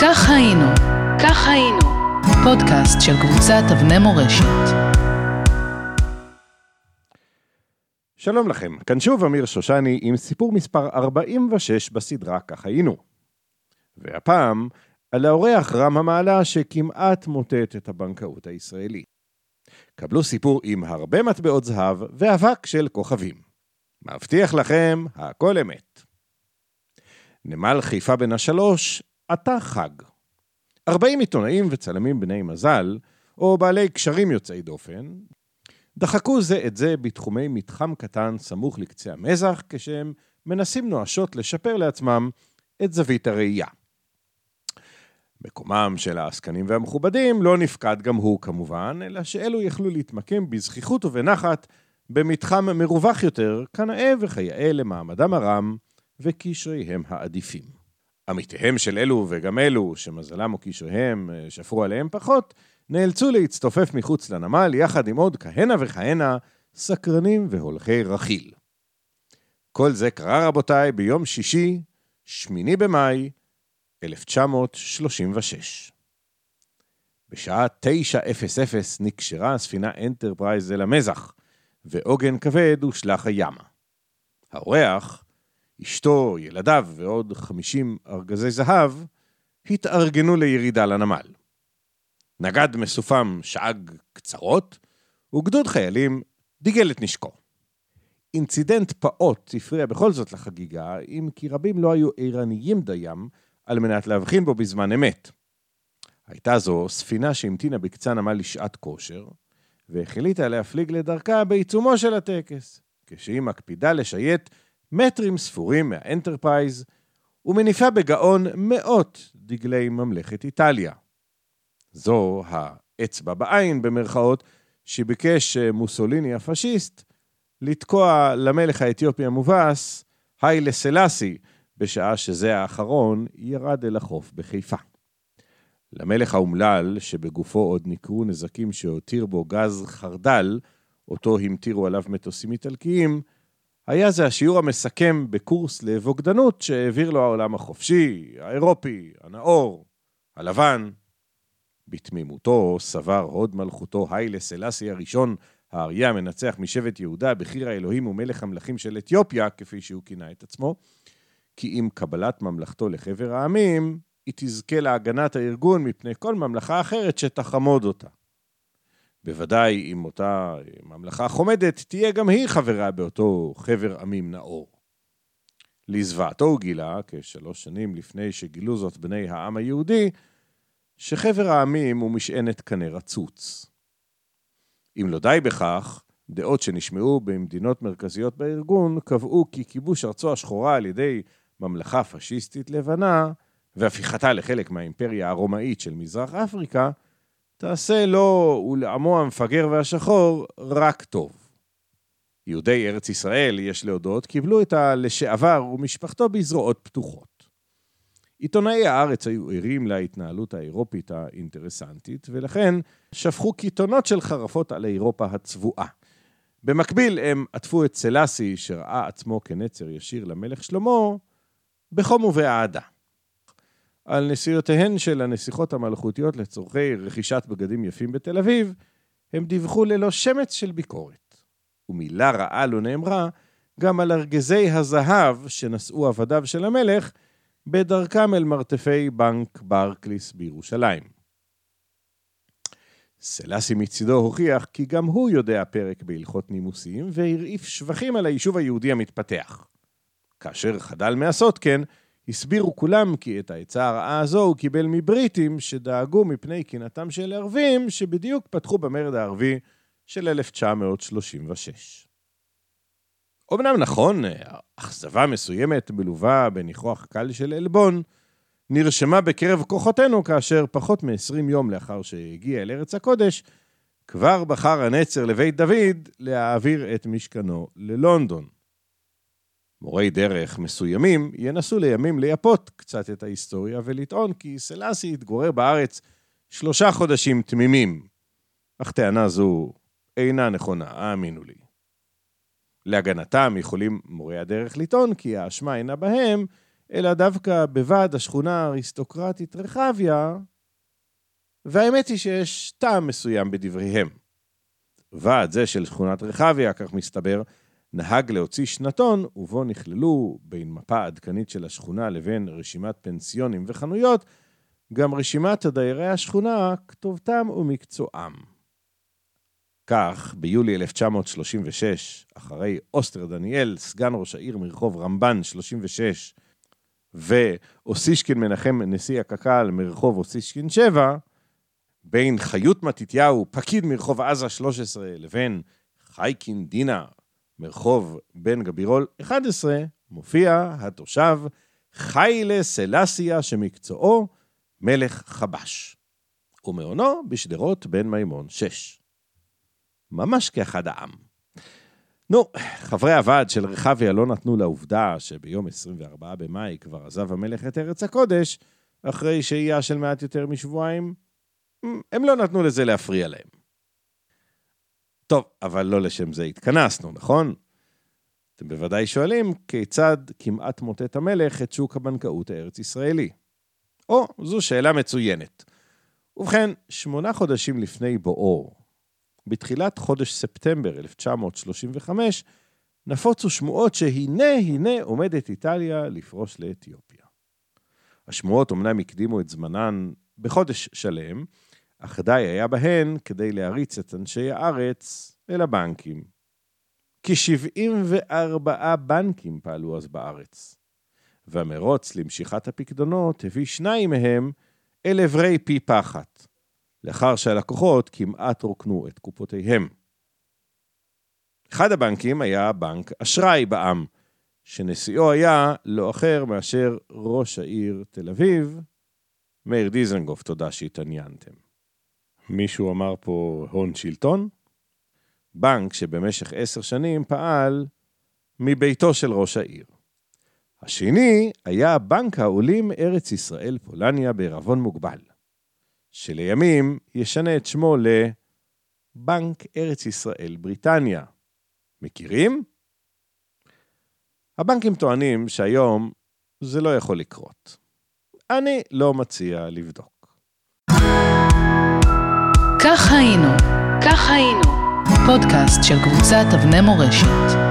כך היינו, כך היינו, פודקאסט של קבוצת אבני מורשת. שלום לכם, כאן שוב אמיר שושני עם סיפור מספר 46 בסדרה כך היינו. והפעם על האורח רם המעלה שכמעט מוטט את הבנקאות הישראלית. קבלו סיפור עם הרבה מטבעות זהב ואבק של כוכבים. מבטיח לכם, הכל אמת. נמל חיפה בן השלוש, עתה חג. 40 עיתונאים וצלמים בני מזל, או בעלי קשרים יוצאי דופן, דחקו זה את זה בתחומי מתחם קטן סמוך לקצה המזח, כשהם מנסים נואשות לשפר לעצמם את זווית הראייה. מקומם של העסקנים והמכובדים לא נפקד גם הוא כמובן, אלא שאלו יכלו להתמקם בזכיחות ובנחת במתחם מרווח יותר, כנאה וכיאה למעמדם הרם וקשריהם העדיפים. עמיתיהם של אלו וגם אלו שמזלם או קשריהם שפרו עליהם פחות, נאלצו להצטופף מחוץ לנמל יחד עם עוד כהנה וכהנה סקרנים והולכי רכיל. כל זה קרה רבותיי ביום שישי, 8 במאי 1936. בשעה 9:00 נקשרה הספינה אנטרפרייז אל המזח, ועוגן כבד הושלך הימה. האורח, אשתו, ילדיו ועוד 50 ארגזי זהב, התארגנו לירידה לנמל. נגד מסופם שאג קצרות, וגדוד חיילים דיגל את נשקו. אינצידנט פעוט הפריע בכל זאת לחגיגה, אם כי רבים לא היו ערניים דיים על מנת להבחין בו בזמן אמת. הייתה זו ספינה שהמתינה בקצה נמל לשעת כושר, והחליטה להפליג לדרכה בעיצומו של הטקס, כשהיא מקפידה לשייט מטרים ספורים מהאנטרפרייז, ומניפה בגאון מאות דגלי ממלכת איטליה. זו האצבע בעין במרכאות, שביקש מוסוליני הפשיסט לתקוע למלך האתיופי המובס, היילה סלאסי, בשעה שזה האחרון ירד אל החוף בחיפה. למלך האומלל, שבגופו עוד נקרו נזקים שהותיר בו גז חרדל, אותו המטירו עליו מטוסים איטלקיים, היה זה השיעור המסכם בקורס לבוגדנות שהעביר לו העולם החופשי, האירופי, הנאור, הלבן. בתמימותו סבר הוד מלכותו היילה סלאסי הראשון, האריה המנצח משבט יהודה, בחיר האלוהים ומלך המלכים של אתיופיה, כפי שהוא כינה את עצמו, כי עם קבלת ממלכתו לחבר העמים, היא תזכה להגנת הארגון מפני כל ממלכה אחרת שתחמוד אותה. בוודאי אם אותה ממלכה חומדת, תהיה גם היא חברה באותו חבר עמים נאור. לזוועתו הוא גילה, כ3 שנים לפני שגילו זאת בני העם היהודי, שחבר העמים הוא משענת קנה רצוץ. אם לא די בכך, דעות שנשמעו במדינות מרכזיות בארגון קבעו כי כיבוש ארצו השחורה על ידי ממלכה פשיסטית לבנה, והפיכתה לחלק מהאימפריה הרומאית של מזרח אפריקה, תעשה לו ולעמו המפגר והשחור רק טוב. יהודי ארץ ישראל, יש להודות, קיבלו את הלשעבר ומשפחתו בזרועות פתוחות. עיתונאי הארץ היו ערים להתנהלות האירופית האינטרסנטית, ולכן שפכו קיתונות של חרפות על אירופה הצבועה. במקביל הם עטפו את סלאסי, שראה עצמו כנצר ישיר למלך שלמה, בחום ובאהדה. על נסיעותיהן של הנסיכות המלכותיות לצורכי רכישת בגדים יפים בתל אביב, הם דיווחו ללא שמץ של ביקורת. ומילה רעה לא נאמרה גם על ארגזי הזהב שנשאו עבדיו של המלך, בדרכם אל מרתפי בנק ברקליס בירושלים. סלאסי מצידו הוכיח כי גם הוא יודע פרק בהלכות נימוסים, והרעיף שבחים על היישוב היהודי המתפתח. כאשר חדל מעשות כן, הסבירו כולם כי את העצה הרעה הזו הוא קיבל מבריטים שדאגו מפני קנאתם של ערבים שבדיוק פתחו במרד הערבי של 1936. אמנם נכון, אכזבה מסוימת מלווה בניחוח קל של אלבון, נרשמה בקרב כוחותינו כאשר פחות מ20 יום לאחר שהגיע אל ארץ הקודש, כבר בחר הנצר לבית דוד להעביר את משכנו ללונדון. מורי דרך מסוימים ינסו לימים לייפות קצת את ההיסטוריה ולטעון כי סלאסי התגורר בארץ 3 חודשים תמימים, אך טענה זו אינה נכונה, האמינו לי. להגנתם יכולים מורי הדרך לטעון כי האשמה אינה בהם, אלא דווקא בוועד השכונה האריסטוקרטית רחביה, והאמת היא שיש טעם מסוים בדבריהם. ועד זה של שכונת רחביה, כך מסתבר, נהג להוציא שנתון, ובו נכללו בין מפה עדכנית של השכונה לבין רשימת פנסיונים וחנויות, גם רשימת דיירי השכונה, כתובתם ומקצועם. כך, ביולי 1936, אחרי אוסטר דניאל, סגן ראש העיר מרחוב רמב"ן 36, ואוסישקין מנחם נשיא הקק"ל מרחוב אוסישקין 7, בין חיות מתתיהו, פקיד מרחוב עזה 13, לבין חייקין דינה, מרחוב בן גבירול 11, מופיע התושב חיילה סלסיה שמקצועו מלך חבש, ומעונו בשדרות בן מימון 6. ממש כאחד העם. חברי הוועד של רחביה לא נתנו לעובדה שביום 24 במאי כבר עזב המלך את ארץ הקודש, אחרי שהייה של מעט יותר משבועיים, הם לא נתנו לזה להפריע להם. טוב, אבל לא לשם זה התכנסנו, נכון? אתם בוודאי שואלים כיצד כמעט מוטט המלך את שוק הבנקאות הארץ ישראלי. זו שאלה מצוינת. ובכן, 8 חודשים לפני בואו, בתחילת חודש ספטמבר 1935, נפוצו שמועות שהנה עומדת איטליה לפרוש לאתיופיה. השמועות אמנם הקדימו את זמנן בחודש שלם, אך די היה בהן כדי להריץ את אנשי הארץ אל הבנקים. כ-74 בנקים פעלו אז בארץ, והמרוץ למשיכת הפקדונות הביא 2 מהם אל עברי פי פחת, לאחר שהלקוחות כמעט רוקנו את קופותיהם. אחד הבנקים היה בנק אשראי בע"מ, שנשיאו היה לא אחר מאשר ראש העיר תל אביב, מאיר דיזנגוף. תודה שהתעניינתם. מישהו אמר פה הון שלטון? בנק שבמשך 10 שנים פעל מביתו של ראש העיר. השני היה בנק העולים ארץ ישראל פולניה בערבון מוגבל, שלימים ישנה את שמו לבנק ארץ ישראל בריטניה. מכירים? הבנקים טוענים שהיום זה לא יכול לקרות. אני לא מציע לבדוק. כך היינו. פודקאסט של קבוצת אבני מורשת.